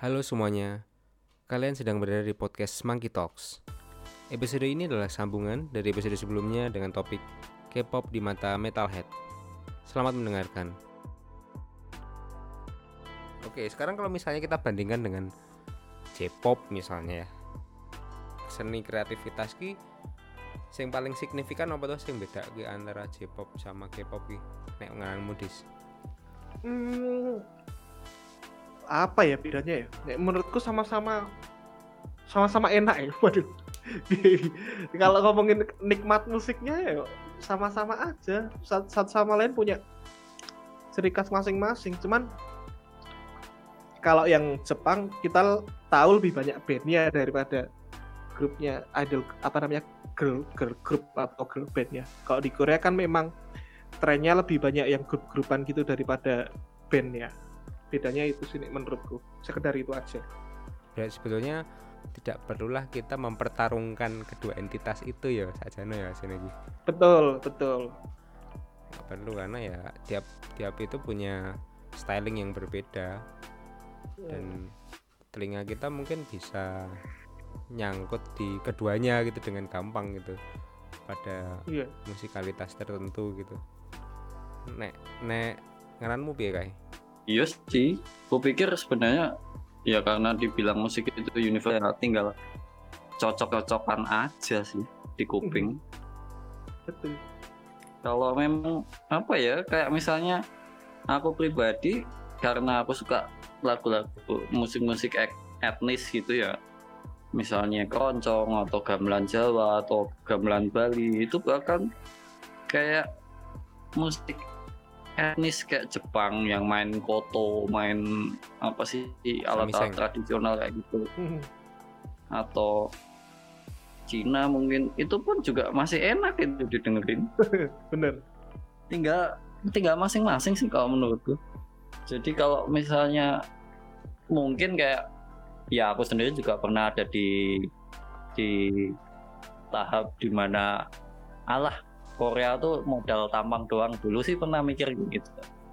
Halo semuanya, kalian sedang berada di podcast Monkey Talks. Episode ini adalah sambungan dari episode sebelumnya dengan topik K-pop di mata metalhead. Selamat mendengarkan. Oke, sekarang kalau misalnya kita bandingkan dengan J-pop misalnya ya, seni kreativitas ki yang paling signifikan apa tuh sing beda ki antara J-pop sama K-pop ki nek ngaranmu Dis? Apa ya bedanya ya? Menurutku sama-sama enak ya. Waduh. Kalau ngomongin nikmat musiknya ya sama-sama aja. Satu sama lain punya ciri khas masing-masing. Cuman kalau yang Jepang kita tahu lebih banyak bandnya daripada grupnya idol girl group atau girl band ya. Kalau di Korea kan memang trennya lebih banyak yang grup-grupan gitu daripada band ya. Bedanya itu sih menurutku, sekedar itu aja. Ya sebetulnya tidak perlulah kita mempertarungkan kedua entitas itu ya sajana ya sini. Betul. Nggak perlu karena ya tiap itu punya styling yang berbeda dan telinga kita mungkin bisa nyangkut di keduanya gitu dengan gampang gitu pada musikalitas tertentu gitu. Nek ngaranmu piye kae? Iya sih, aku pikir sebenarnya ya karena dibilang musik itu universal, tinggal cocok-cocokan aja sih di kuping. Betul. Kalau memang apa ya, kayak misalnya aku pribadi karena aku suka lagu-lagu musik-musik etnis gitu ya, misalnya keroncong atau gamelan Jawa atau gamelan Bali, itu bahkan kayak musik etnis kayak Jepang yang main koto, main apa sih alat-alat tradisional kayak gitu, atau Cina mungkin itu pun juga masih enak itu didengerin. Bener. Tinggal masing-masing sih kalau menurutku. Jadi kalau misalnya mungkin kayak ya aku sendiri juga pernah ada di tahap dimana Korea tuh modal tampang doang dulu sih pernah mikir gitu.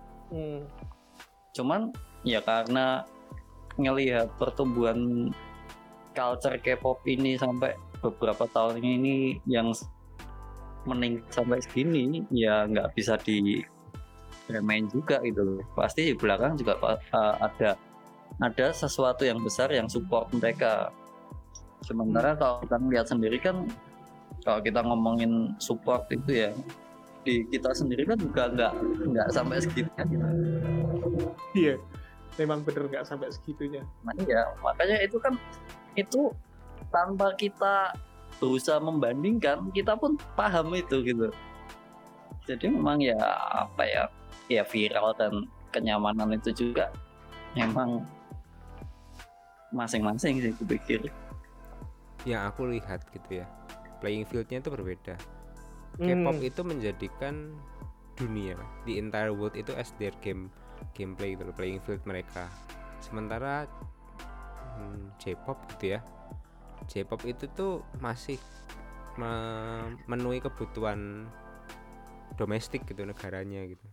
Cuman ya karena ngelihat pertumbuhan culture K-pop ini sampai beberapa tahun ini yang meningkat sampai segini ya nggak bisa diremehin juga gitu loh. Pasti di belakang juga ada sesuatu yang besar yang support mereka. Sementara kalau kita lihat sendiri kan, kalau kita ngomongin support itu ya di kita sendiri kan juga nggak sampai segitunya gitu. Iya, memang bener nggak sampai segitunya. Nah iya, makanya itu tanpa kita berusaha membandingkan, kita pun paham itu gitu. Jadi memang ya apa ya viral dan kenyamanan itu juga memang masing-masing sih aku pikir. Yang aku lihat gitu ya, playing fieldnya itu berbeda. K-pop itu menjadikan dunia, the entire world itu as their gameplay gitu, playing field mereka. Sementara J-pop gitu ya, J-pop itu tuh masih memenuhi kebutuhan domestik gitu negaranya gitu.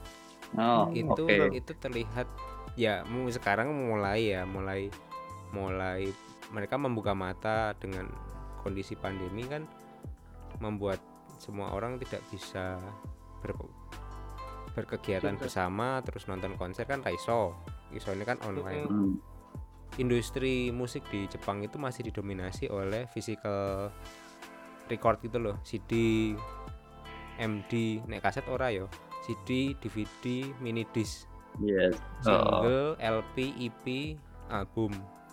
Itu terlihat ya sekarang mulai mereka membuka mata dengan kondisi pandemi kan, membuat semua orang tidak bisa berkegiatan bersama, terus nonton konser kan iso ini kan online. Industri musik di Jepang itu masih didominasi oleh physical record gitu loh, CD, MD, nek kaset ora yo, CD, DVD, mini disc, single, LP, EP, album,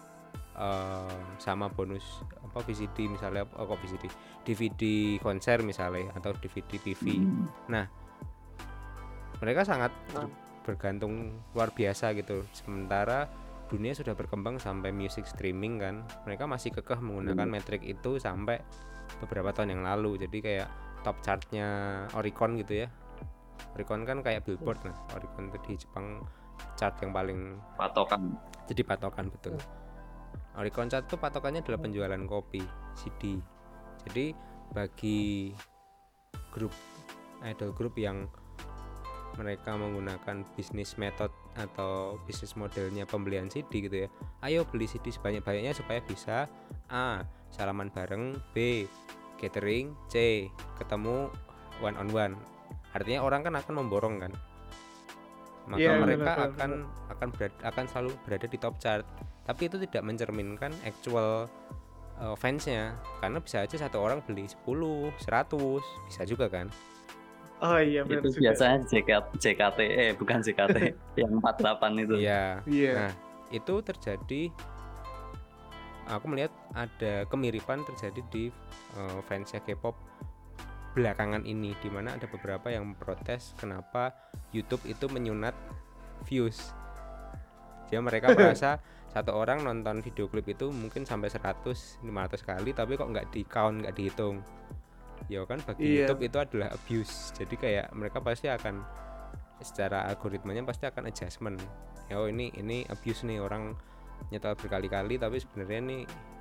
sama bonus apa VCD misalnya, VCD, DVD konser misalnya atau DVD TV. Nah, mereka sangat bergantung luar biasa gitu. Sementara dunia sudah berkembang sampai music streaming kan, mereka masih kekeh menggunakan metrik itu sampai beberapa tahun yang lalu. Jadi kayak top chartnya Oricon gitu ya, Oricon kan kayak Billboard. Nah, Oricon itu di Jepang chart yang paling patokan. Jadi patokan betul. Oricon chart itu patokannya adalah penjualan kopi, CD. Jadi bagi idol group yang mereka menggunakan bisnis method atau bisnis modelnya pembelian CD gitu ya. Ayo beli CD sebanyak-banyaknya supaya bisa A. salaman bareng, B. gathering, C. ketemu one on one. Artinya orang kan akan memborong kan. Maka Iya, mereka benar. akan selalu berada di top chart. Tapi itu tidak mencerminkan actual fansnya, karena bisa aja satu orang beli 10, 100, bisa juga kan. Oh iya benar Itu juga. biasanya JKT, bukan JKT yang 48 itu. Iya. Iya. Nah, itu terjadi, aku melihat ada kemiripan terjadi di fansnya K-pop belakangan ini, di mana ada beberapa yang protes kenapa YouTube itu menyunat views. Jadi mereka merasa satu orang nonton video klip itu mungkin sampai 100, 500 kali, tapi kok nggak di count, nggak dihitung. Ya kan bagi Iya. YouTube itu adalah abuse. Jadi kayak mereka pasti akan secara algoritmanya pasti akan adjustment. Ya oh ini abuse nih, orang nyetel berkali-kali tapi sebenarnya ini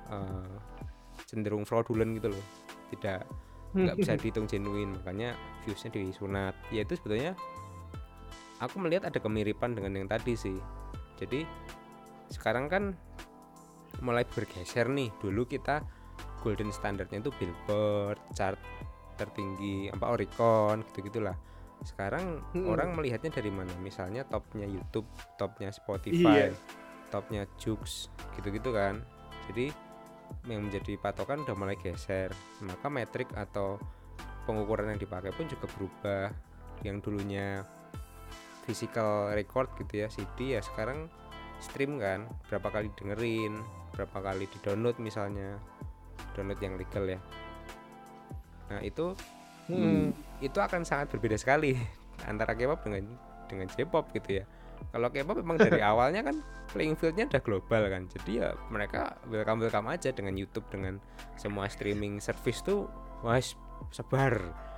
cenderung fraudulent gitu loh. Nggak bisa dihitung genuine, makanya viewsnya disunat. Ya itu sebetulnya aku melihat ada kemiripan dengan yang tadi sih. Jadi sekarang kan mulai bergeser nih. Dulu kita golden standardnya itu Billboard, chart tertinggi Oricon gitu-gitulah. Sekarang orang melihatnya dari mana? Misalnya topnya YouTube, topnya Spotify, topnya Joox, gitu-gitu kan. Jadi yang menjadi patokan udah mulai geser. Maka metrik atau pengukuran yang dipakai pun juga berubah. Yang dulunya physical record gitu ya, CD, ya sekarang stream kan, berapa kali dengerin, berapa kali di download, misalnya download yang legal ya. Nah itu akan sangat berbeda sekali antara K-pop dengan J-pop gitu ya. Kalau K-pop memang dari awalnya kan playing fieldnya udah global kan, jadi ya mereka welcome aja dengan YouTube, dengan semua streaming service tuh, wes sebar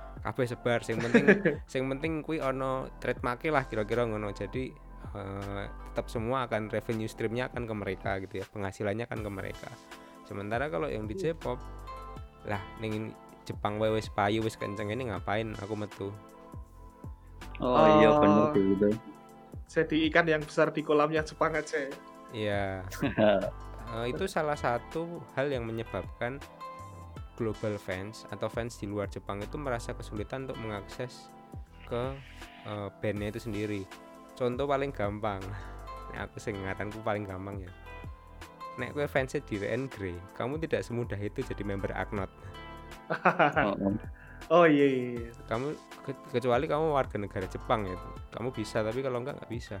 sing penting kui ono trademark lah kira-kira ngono. Jadi tetap semua akan revenue streamnya akan ke mereka gitu ya, penghasilannya akan ke mereka. Sementara kalau yang di J-pop lah ning Jepang wis payu wis kenceng ini ngapain aku metu. Oh iya bener gitu. Jadi ikan yang besar di kolamnya Jepang aja. Iya. Itu salah satu hal yang menyebabkan global fans atau fans di luar Jepang itu merasa kesulitan untuk mengakses ke bandnya itu sendiri. Contoh paling gampang, nah, aku sing ngaranku paling gampang ya. Nek kowe fansnya di Ryan Gray, kamu tidak semudah itu jadi member Aknot. Oh iya. Kamu kecuali kamu warga negara Jepang ya, kamu bisa, tapi kalau enggak bisa.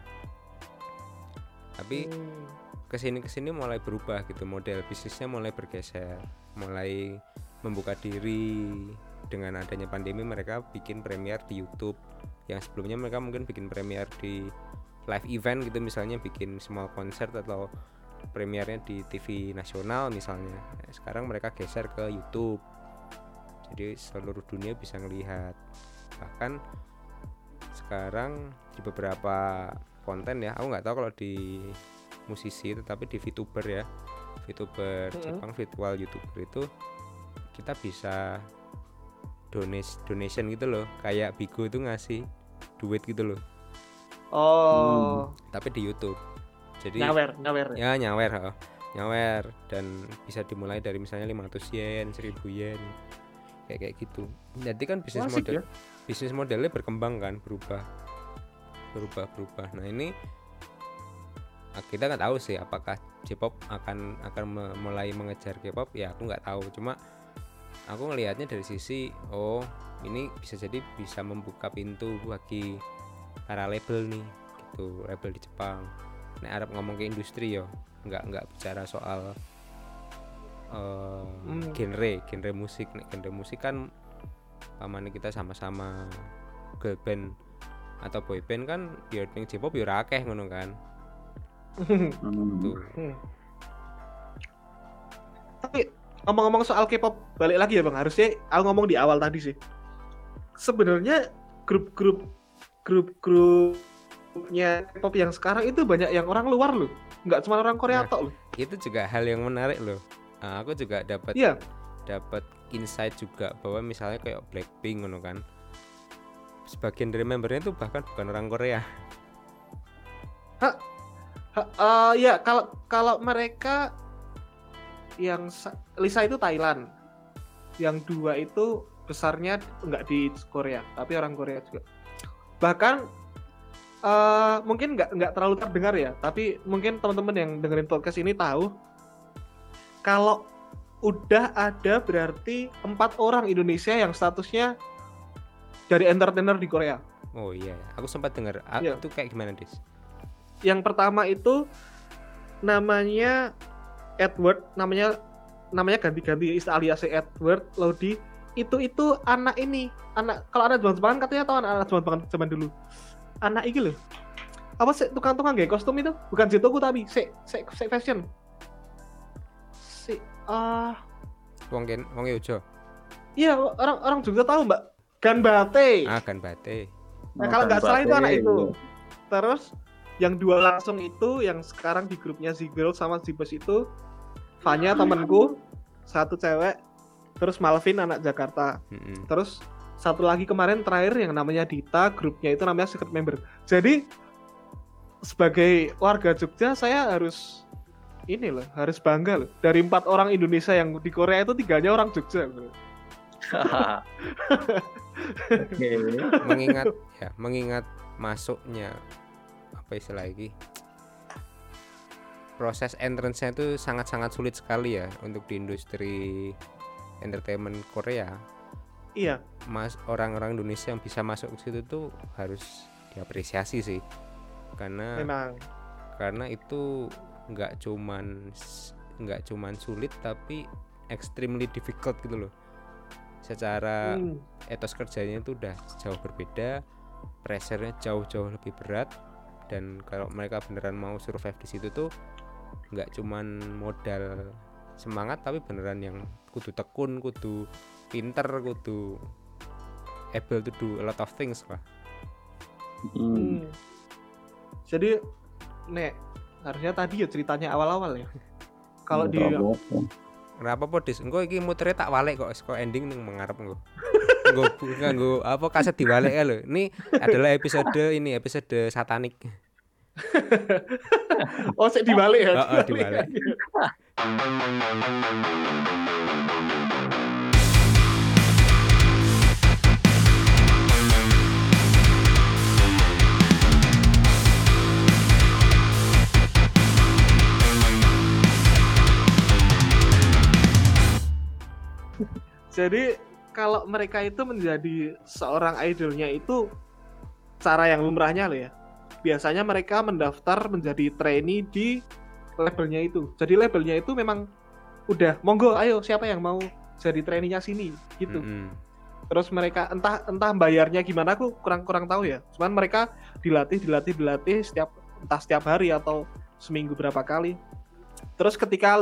Tapi kesini mulai berubah gitu, model bisnisnya mulai bergeser, mulai membuka diri. Dengan adanya pandemi mereka bikin premier di YouTube, yang sebelumnya mereka mungkin bikin premier di live event gitu, misalnya bikin small concert atau premiernya di TV nasional misalnya. Sekarang mereka geser ke YouTube, jadi seluruh dunia bisa ngelihat. Bahkan sekarang di beberapa konten ya, aku nggak tahu kalau di musisi, tetapi di VTuber ya, VTuber Jepang, virtual YouTuber itu kita bisa donation gitu loh, kayak Bigo itu ngasih duit gitu loh. Tapi di YouTube. Jadi nyawer ya nyawer dan bisa dimulai dari misalnya 500 yen, 1000 yen, kayak gitu. Jadi kan bisnis modelnya berkembang kan, berubah. Nah ini kita nggak tahu sih apakah J-pop akan mulai mengejar K-pop, ya aku nggak tahu. Cuma aku ngelihatnya dari sisi ini bisa membuka pintu bagi para label nih gitu, label di Jepang. Nek arep ngomong ke industri yo, nggak bicara soal genre musik. Nek genre musik kan pamane kita sama-sama girl band atau boy band kan, ya ning J-pop yo ora akeh ngono kan. Tuh. Tapi ngomong-ngomong soal K-pop, balik lagi ya Bang, harusnya aku ngomong di awal tadi sih. Sebenarnya grupnya K-pop yang sekarang itu banyak yang orang luar loh, nggak cuma orang Korea tok loh. Itu juga hal yang menarik loh. Aku juga dapat insight juga bahwa misalnya kayak Blackpink ngono kan, sebagian dari membernya itu bahkan bukan orang Korea. Ya kalau mereka yang Lisa itu Thailand, yang 2 itu besarnya nggak di Korea, tapi orang Korea juga. Bahkan mungkin nggak terlalu terdengar ya, tapi mungkin teman-teman yang dengerin podcast ini tahu kalau udah ada berarti 4 orang Indonesia yang statusnya dari entertainer di Korea. Oh iya, aku sempat dengar. Iya. Itu kayak gimana, Dis? Yang pertama itu namanya Edward, namanya ganti-ganti alias Edward Lodi. Itu anak kalau anak zaman katanya tahu anak zaman dulu. Anak iki loh. Apa sih tukang-tukang gaya kostum itu? Bukan Jitoku tapi fashion. Wong Yojo. Iya, orang juga tahu, Mbak. Ganbate. Ganbate. Nah, kalau nggak salah itu anak itu. Terus yang 2 langsung itu yang sekarang di grupnya Z-Girl sama Z-Boys itu Vanya temanku, 1 cewek, terus Malvin anak Jakarta. Terus satu lagi kemarin terakhir yang namanya Dita, grupnya itu namanya secret member. Jadi sebagai warga Jogja saya harus bangga loh. Dari 4 orang Indonesia yang di Korea itu 3-nya orang Jogja. mengingat masuknya apa istilah lagi, proses entrance-nya itu sangat-sangat sulit sekali ya untuk di industri entertainment Korea. Iya. Orang-orang Indonesia yang bisa masuk ke situ tuh harus diapresiasi sih, karena itu nggak cuman sulit tapi extremely difficult gitu loh. Secara etos kerjanya itu udah jauh berbeda, pressure-nya jauh lebih berat, dan kalau mereka beneran mau survive di situ tuh nggak cuman modal semangat tapi beneran yang kudu tekun, kudu pinter, kudu able to do a lot of things lah. Jadi harusnya tadi ya ceritanya awal-awal ya. Kalau di kenapa podis? Engko iki muternya tak walek kok ending ning mengarep engko. Nggo apa kaset diwalek ya lho. Ini adalah episode satanik. Oh, sik diwalek ya. Heeh, diwalek. Jadi kalau mereka itu menjadi seorang idolnya itu cara yang lumrahnya loh ya. Biasanya mereka mendaftar menjadi trainee di labelnya itu. Jadi labelnya itu memang udah monggo ayo siapa yang mau jadi trainee-nya sini gitu. Terus mereka entah bayarnya gimana aku kurang tahu ya. Cuman mereka dilatih setiap hari atau seminggu berapa kali. Terus ketika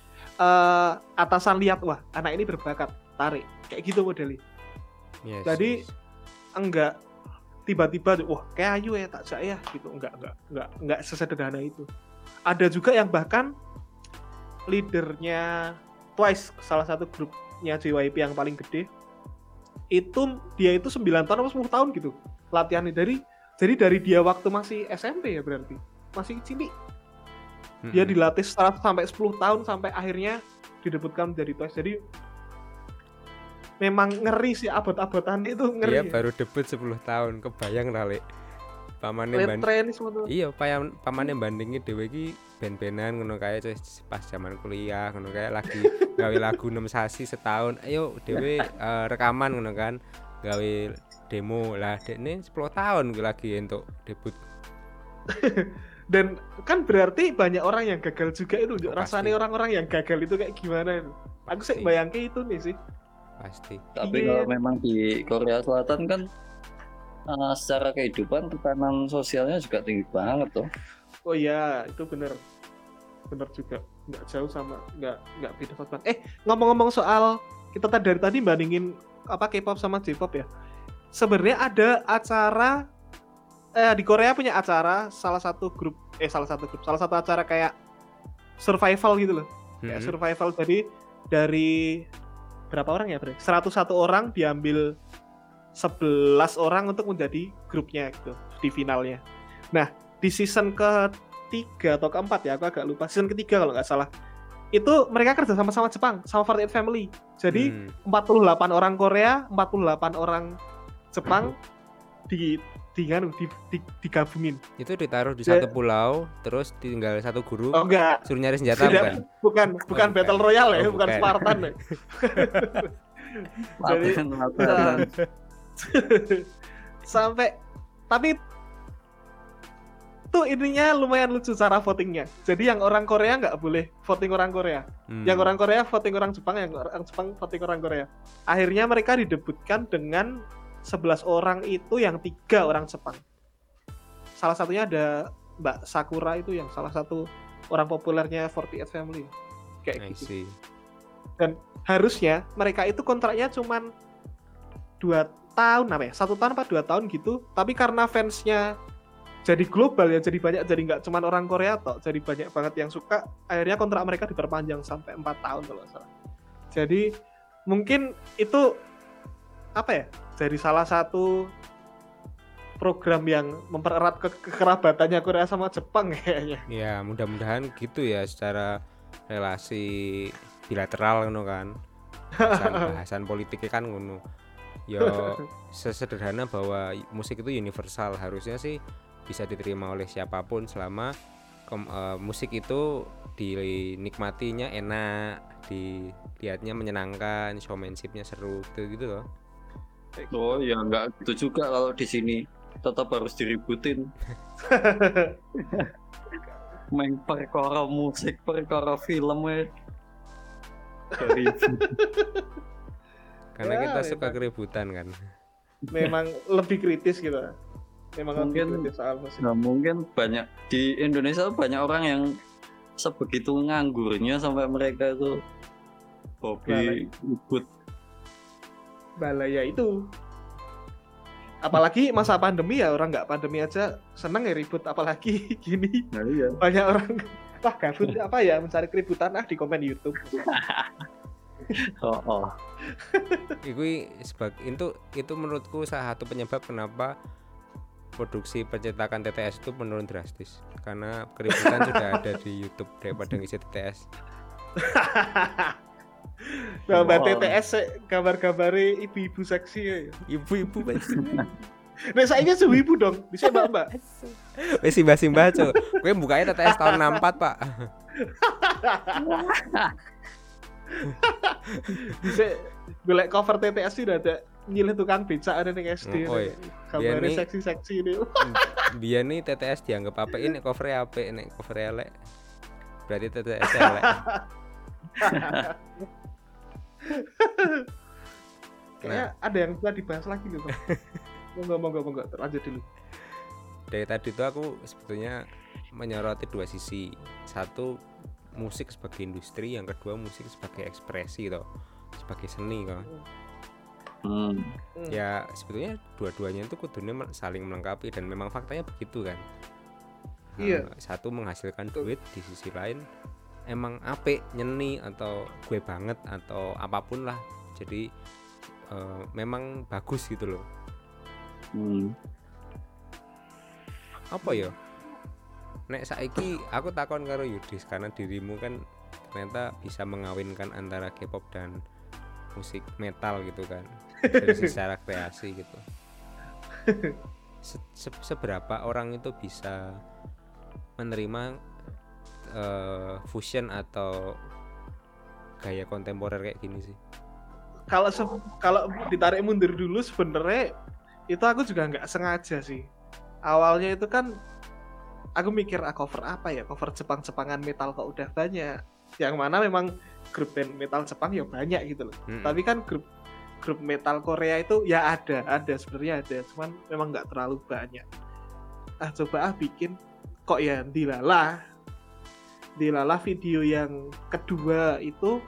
atasan lihat wah anak ini berbakat, tarik kayak gitu modelnya. Yes, jadi enggak tiba-tiba wah kayak ayu ya tak saya gitu, enggak sesederhana itu. Ada juga yang bahkan leadernya Twice, salah satu grupnya JYP yang paling gede, dia itu 9 tahun atau 10 tahun gitu latihannya. Jadi dari dia waktu masih SMP ya, berarti masih cilik dia dilatih sampai 10 tahun sampai akhirnya didebutkan menjadi Twice. Jadi memang ngeri sih abot-abotan itu, ngeri. Iya, baru debut 10 tahun, kebayang ra lek. Pamane pamane bandingi dhewe iki ben-benan ngono kae pas zaman kuliah ngono kae lagi gawe lagu 6 sasi setahun. Ayo dhewe rekaman ngono kan, gawe demo. Lah dekne 10 tahun lagi untuk debut. Dan kan berarti banyak orang yang gagal juga itu. Rasanya Pasti. orang-orang yang gagal itu kayak gimana itu. Aku sih bayangke itu nih sih. Pasti. Tapi kalau memang di Korea Selatan kan secara kehidupan tekanan sosialnya juga tinggi banget tuh. Oh iya, itu bener juga. Nggak jauh sama, nggak beda banget. Ngomong-ngomong soal kita dari tadi bandingin K-pop sama J-pop ya. Sebenarnya ada acara di Korea punya acara salah satu acara kayak survival gitu loh. Kayak survival, jadi dari berapa orang ya, Bre? 101 orang diambil 11 orang untuk menjadi grupnya gitu di finalnya. Nah, di season ketiga atau keempat ya, aku agak lupa, season ketiga kalau nggak salah, itu mereka kerja sama Jepang, sama 48 Family. Jadi 48 orang Korea, 48 orang Jepang digabungin. Itu ditaruh di satu pulau, terus tinggal satu guru. Oh enggak. Suruh nyari senjata bukan? Bukan Battle Royale ya, bukan Spartan ya. Jadi sampai, tapi tuh ininya lumayan lucu cara votingnya. Jadi yang orang Korea nggak boleh voting orang Korea. Yang orang Korea voting orang Jepang, yang orang Jepang voting orang Korea. Akhirnya mereka didebutkan dengan 11 orang itu yang 3 orang Jepang. Salah satunya ada Mbak Sakura itu yang salah satu orang populernya 48 Family. Kayak gitu. Dan harusnya mereka itu kontraknya cuman 2 tahun apa ya? 1 tahun apa 2 tahun gitu. Tapi karena fansnya jadi global ya, jadi banyak, jadi nggak cuma orang Korea toh, jadi banyak banget yang suka, akhirnya kontrak mereka diperpanjang sampai 4 tahun kalau nggak salah. Jadi mungkin itu apa ya, jadi salah satu program yang mempererat kekerabatannya Korea sama Jepang kayaknya. Ya mudah-mudahan gitu ya, secara relasi bilateral ngono kan, bahasan politiknya kan ngono. Yo sesederhana bahwa musik itu universal, harusnya sih bisa diterima oleh siapapun selama musik itu dinikmatinya enak, dilihatnya menyenangkan, showmanshipnya seru gitu loh. Oh ya enggak gitu juga, kalau di sini tetap harus diributin. Main perkara musik, perkara film ya. Karena kita suka keributan kan. Memang lebih kritis gitu. Memang mungkin soal musik. Nah, mungkin banyak di Indonesia banyak orang yang sebegitu nganggurnya sampai mereka itu hobi ribut. Balaya itu. Apalagi masa pandemi ya, orang nggak pandemi aja seneng ya ribut, apalagi gini. Nah, iya. Banyak orang gabut apa ya mencari keributan di komen YouTube. Oh. Itu menurutku salah satu penyebab kenapa produksi percetakan TTS itu menurun drastis, karena keributan sudah ada di YouTube daripada ngisi TTS. Gambar TTS gambar-gambare ibu-ibu seksi ya. Ibu-ibu pasti. Nek saiki ibu dong, bisa Mbak. Wis simbah-simbah, Cuk. Kowe bukanya TTS tahun 64, Pak. Bisa golek cover TTS sudah ada nyilih tukang becak ada ning SD. Gambarnya seksi-seksi ini. Biar nih TTS dianggap apa ini covernya apik, nek covernya elek berarti TTS elek. Kayaknya ada yang bisa dibahas lagi gitu. Monggo lanjut dulu. Dari tadi tuh aku sebetulnya menyoroti dua sisi. Satu, musik sebagai industri, yang kedua musik sebagai ekspresi toh, sebagai seni kan. Ya sebetulnya dua-duanya itu kudunya saling melengkapi, dan memang faktanya begitu kan. Iya. Satu menghasilkan duit, di sisi lain emang apik nyeni atau gue banget atau apapun lah, jadi memang bagus gitu loh. Apa ya, nek saiki aku takon karo Yudis, karena dirimu kan ternyata bisa mengawinkan antara K-pop dan musik metal gitu kan, dari secara kreasi gitu. Seberapa orang itu bisa menerima fusion atau gaya kontemporer kayak gini sih? Kalau ditarik mundur dulu, sebenarnya itu aku juga nggak sengaja sih. Awalnya itu kan aku mikir cover apa ya, cover Jepang-Jepangan metal kok udah banyak. Yang mana memang grup band metal Jepang ya banyak gitu loh. Tapi kan grup metal Korea itu ya ada sebenarnya ada, cuman memang nggak terlalu banyak. Coba bikin kok ya Dilala video yang kedua itu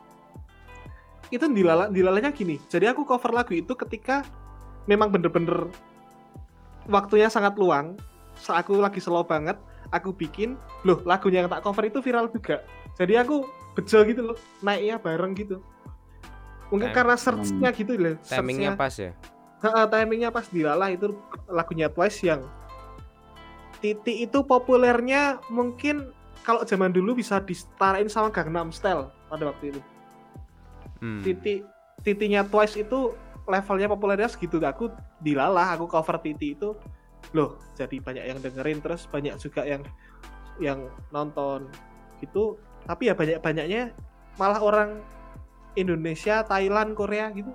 Dilalanya gini. Jadi aku cover lagu itu ketika memang bener-bener waktunya sangat luang. Saat aku lagi slow banget, aku bikin, loh lagunya yang tak cover itu viral juga. Jadi aku bejo gitu loh, naiknya bareng gitu. Mungkin karena search-nya gitu loh. Timingnya pas ya? Timingnya pas. Dilala itu lagunya Twice yang Titi itu populernya mungkin kalau zaman dulu bisa disetarain sama Gangnam Style pada waktu itu. Titinya Twice itu levelnya populernya segitu. Aku dilalah, aku cover Titi itu loh, jadi banyak yang dengerin, terus banyak juga yang nonton gitu. Tapi ya banyak-banyaknya malah orang Indonesia, Thailand, Korea gitu.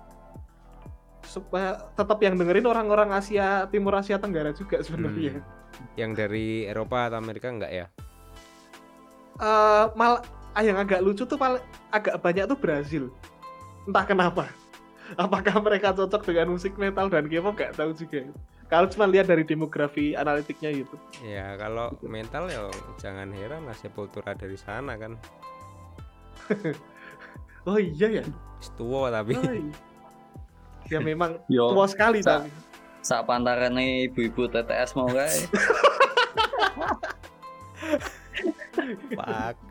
Supaya tetap yang dengerin orang-orang Asia, Timur Asia Tenggara juga sebenarnya. Yang dari Eropa atau Amerika enggak ya? Malah yang agak lucu tuh agak banyak tuh Brazil. Entah kenapa. Apakah mereka cocok dengan musik metal dan K-pop, gak tahu juga. Kalau cuma lihat dari demografi analitiknya gitu. Ya kalau metal ya jangan heran lah Sepultura dari sana kan. Oh iya ya. Tua tapi. Oh, iya. Ya memang Yo, tua sekali tapi. Sak pantarane ibu-ibu TTS mau kae. Pak.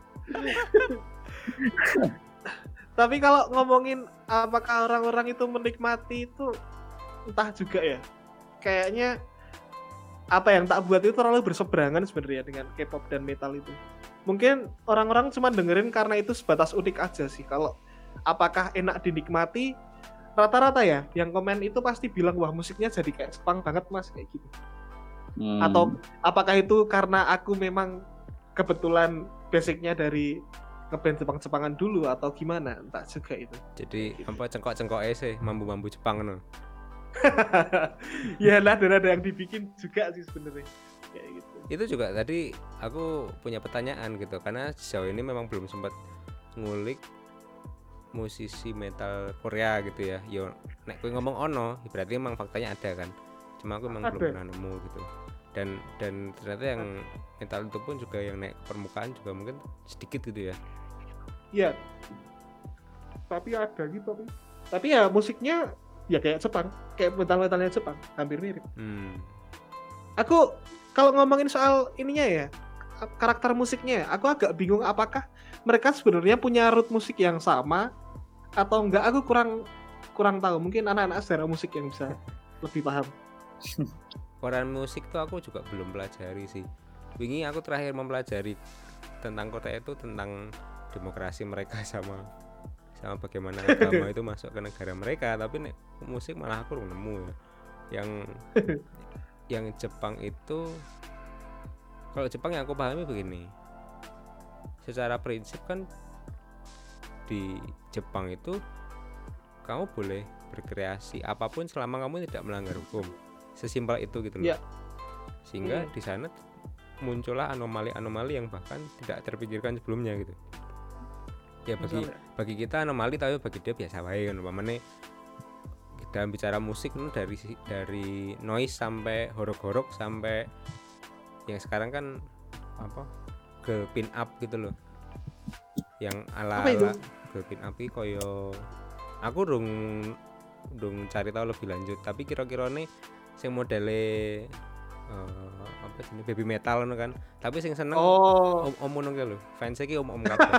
Tapi kalau ngomongin apakah orang-orang itu menikmati itu entah juga ya. Kayaknya apa yang tak buat itu terlalu berseberangan sebenarnya dengan K-pop dan metal itu. Mungkin orang-orang cuma dengerin karena itu sebatas unik aja sih. Kalau apakah enak dinikmati, rata-rata ya yang komen itu pasti bilang wah musiknya jadi kayak Jepang banget mas, kayak gitu. Atau apakah itu karena aku memang kebetulan basicnya dari ngeband Jepang-Jepangan dulu atau gimana, entah juga itu. Jadi apa cengkok-cengkok sih mambu-mambu Jepang no. Ya lah, ada yang dibikin juga sih sebenarnya kayak gitu. Itu juga tadi aku punya pertanyaan gitu, karena sejauh ini memang belum sempat ngulik musisi metal Korea gitu ya. Yo nek kowe ngomong ono berarti memang faktanya ada kan, cuma aku memang belum pernah nemu gitu. Dan ternyata yang metal itu pun juga yang naik ke permukaan juga mungkin sedikit gitu ya. Iya. Tapi ada gitu tapi ya musiknya ya kayak Jepang, kayak metal-metalnya Jepang, hampir mirip. Aku kalau ngomongin soal ininya ya, karakter musiknya, aku agak bingung apakah mereka sebenarnya punya root musik yang sama atau enggak. Aku kurang tahu. Mungkin anak-anak sejarah musik yang bisa lebih paham. Korean musik tuh aku juga belum pelajari sih. Wingi aku terakhir mempelajari tentang Korea itu tentang demokrasi mereka sama bagaimana agama itu masuk ke negara mereka. Tapi nek musik malah aku belum nemu ya. Yang Jepang itu, kalau Jepang yang aku pahami begini, secara prinsip kan di Jepang itu kamu boleh berkreasi apapun selama kamu tidak melanggar hukum. Sesimpel itu gitu loh. Sehingga di sana muncullah anomali-anomali yang bahkan tidak terpikirkan sebelumnya gitu. Ya bagi kita anomali, tapi bagi dia biasa wae kan. Umpamane dalam bicara musik dari noise sampai horok-horok sampai yang sekarang kan apa girl pin up gitu loh. Yang ala girl pin up iki koyo aku dong cari tahu lebih lanjut, tapi kira-kira nih sing modele apa jenis baby metal ngono kan, tapi sing seneng om ngono ki lho, fans iki om kabeh.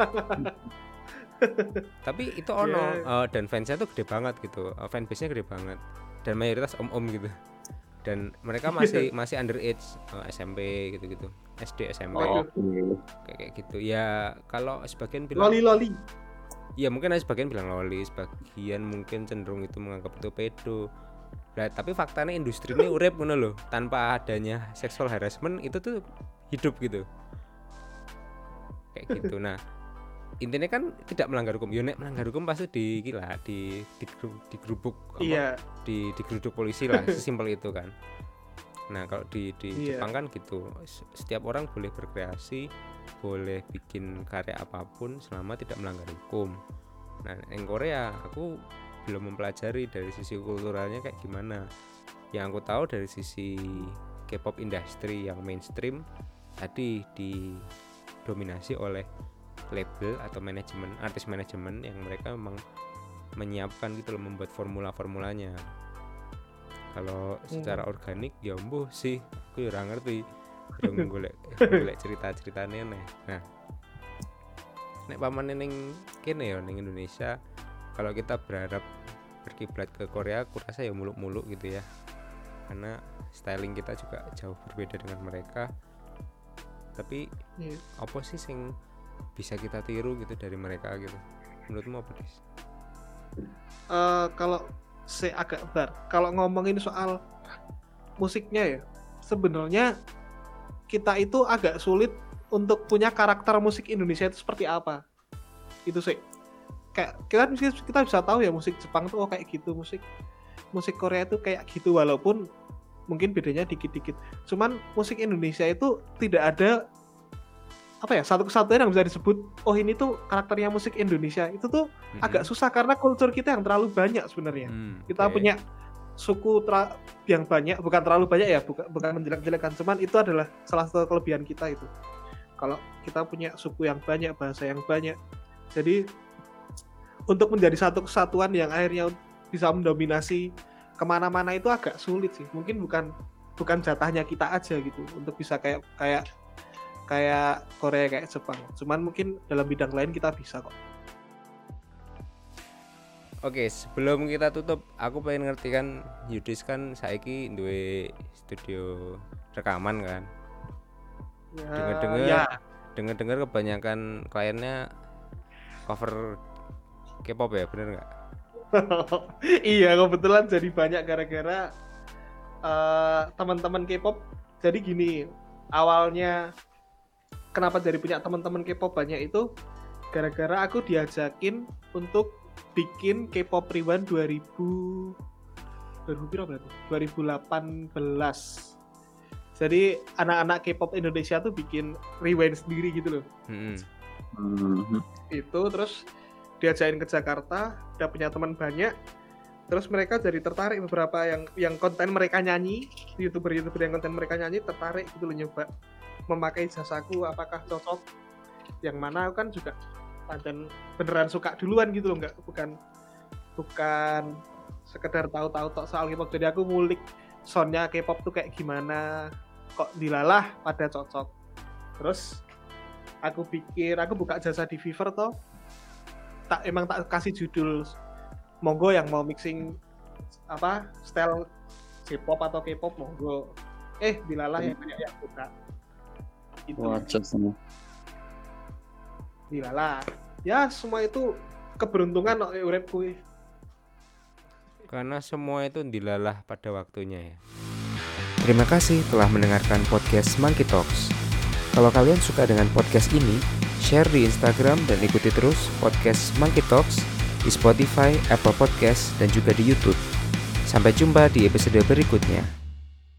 Tapi itu ono dan fansnya tuh gede banget gitu, fanbase-nya gede banget dan mayoritas om gitu, dan mereka masih underage, SMP gitu SD SMP kayak gitu ya. Kalau sebagian bilang loli ya, mungkin ada sebagian bilang loli, sebagian mungkin cenderung itu menganggap itu pedo. Nah, tapi faktanya industri ini urip ngono loh, tanpa adanya sexual harassment itu tuh hidup gitu. Kayak gitu. Nah, intinya kan tidak melanggar hukum. Yo nek melanggar hukum pasti digerubuk digeruduk polisi lah, sesimpel itu kan. Nah, kalau di Jepang kan gitu. Setiap orang boleh berkreasi, boleh bikin karya apapun selama tidak melanggar hukum. Nah, di Korea aku belum mempelajari dari sisi kulturalnya kayak gimana. Yang aku tahu dari sisi K-pop industri yang mainstream tadi didominasi oleh label atau manajemen, artis manajemen yang mereka memang menyiapkan gitu loh, membuat formulanya. Kalau secara organik ya mbuh sih aku ya ora ngerti. Belum golek cerita-ceritane nih. Nah, nek pamane ning kene ya ning Indonesia, kalau kita berharap berkiblat ke Korea, aku rasa ya muluk-muluk gitu ya. karena styling kita juga jauh berbeda dengan mereka. Tapi apa sih yang bisa kita tiru gitu dari mereka gitu? Menurutmu apa, Dis? Kalau saya agak kalau ngomongin soal musiknya ya, sebenarnya kita itu agak sulit untuk punya karakter musik Indonesia itu seperti apa. Itu sih. Kayak kita bisa tahu ya musik Jepang tuh kayak gitu, musik Korea itu kayak gitu, walaupun mungkin bedanya dikit-dikit. Cuman musik Indonesia itu tidak ada apa ya, satu kesatuan yang bisa disebut oh ini tuh karakternya musik Indonesia. Itu tuh agak susah karena kultur kita yang terlalu banyak sebenarnya. Kita punya suku yang banyak, bukan terlalu banyak ya, bukan menjelek-jelekan, cuman itu adalah salah satu kelebihan kita itu. Kalau kita punya suku yang banyak, bahasa yang banyak, jadi untuk menjadi satu kesatuan yang akhirnya bisa mendominasi kemana-mana itu agak sulit sih. Mungkin bukan jatahnya kita aja gitu untuk bisa kayak Korea, kayak Jepang. Cuman mungkin dalam bidang lain kita bisa kok. Oke, sebelum kita tutup, aku pengen ngerti kan, Yudis kan saiki duwe studio rekaman kan. Dengar kebanyakan kliennya cover K-pop ya, bener nggak? Iya, kebetulan jadi banyak gara-gara teman-teman K-pop. Jadi gini, awalnya kenapa jadi punya teman-teman K-pop banyak itu gara-gara aku diajakin untuk bikin K-pop Rewind 2018. Jadi anak-anak K-pop Indonesia tuh bikin rewind sendiri gitu loh. Itu terus diajakin ke Jakarta, udah punya teman banyak. Terus mereka jadi tertarik, beberapa yang konten mereka nyanyi, youtuber yang konten mereka nyanyi tertarik gitu loh, nyoba memakai jasaku apakah cocok. Yang mana aku kan juga dan beneran suka duluan gitu loh, bukan sekedar tahu-tahu tok soal K-pop. Jadi aku ngulik soundnya K-pop tuh kayak gimana, kok dilalah pada cocok. Terus aku buka jasa di Fiverr toh, tak kasih judul, monggo yang mau mixing apa style J-pop atau K-pop monggo. Dilalah yang banyak yang buka. Itu. Dilalah. Ya semua itu keberuntungan kok urip kuwi. Karena semua itu dilalah pada waktunya ya. Terima kasih telah mendengarkan podcast Monkey Talks. Kalau kalian suka dengan podcast ini, share di Instagram dan ikuti terus podcast Monkey Talks di Spotify, Apple Podcast, dan juga di YouTube. Sampai jumpa di episode berikutnya.